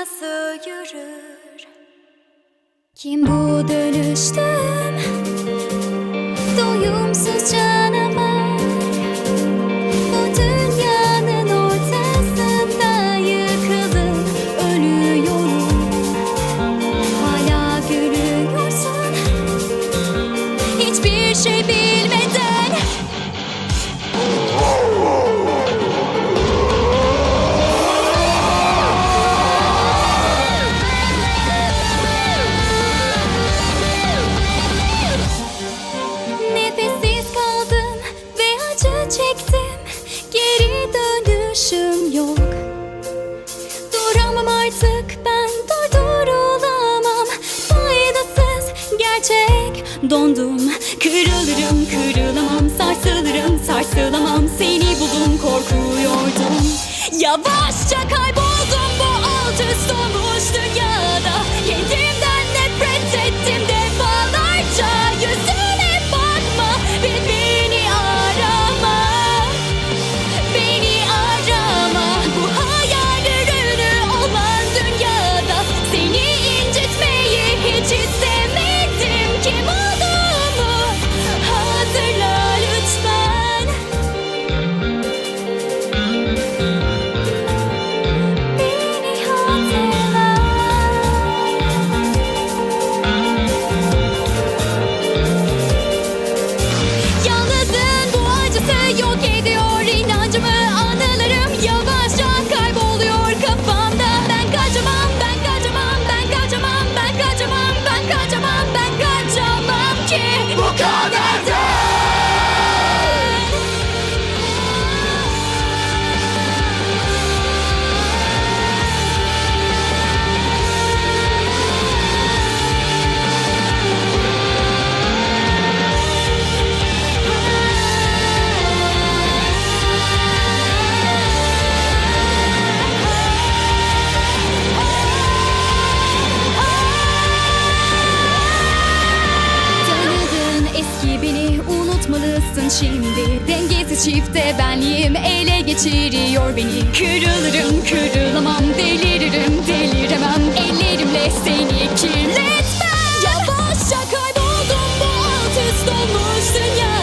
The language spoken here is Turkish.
nasıl yürür? Kim bu dönüştüm? Doyumsuz canavar. Bu dünyanın ortasında yıkılıp ölüyorum. Hala gülüyorsun, hiçbir şey bilmeden. Nefessiz kaldım ve acı çektim. Geri dönüşüm yok. Duramam artık, ben durdurulamam. Faydasız gerçek, dondum. Kırılırım, kırılamam. Sarsılırım, sarsılamam. Seni buldum, korkuyordum. Yavaşça kayboldum bu alt üst olmuş dünyada. Kendimden nefret ettim defalarca. Yüzüne bakma ve beni arama. Beni arama. Bu hayal ürünü olan dünyada seni incitmeyi hiç istemedim. Kim olduğumu hatırla lütfen. Beni hatırla. Yalnızlığın bu acısı yok ediyor inancımı. Anılarım yavaşça kayboluyor kafamda. Ben kaçamam, ben kaçamam, ben kaçamam, ben kaçamam, ben kaçamam, ben kaçamam ki bu kaderden. Tanıdığın eski beni unutmalısın şimdi. Dengesiz çifte benliğim ele geçiriyor beni. Kırılırım, kırılamam, deliririm, deliremem. Ellerimle seni kirletmem. Yavaşça kayboldum bu alt üst olmuş dünya.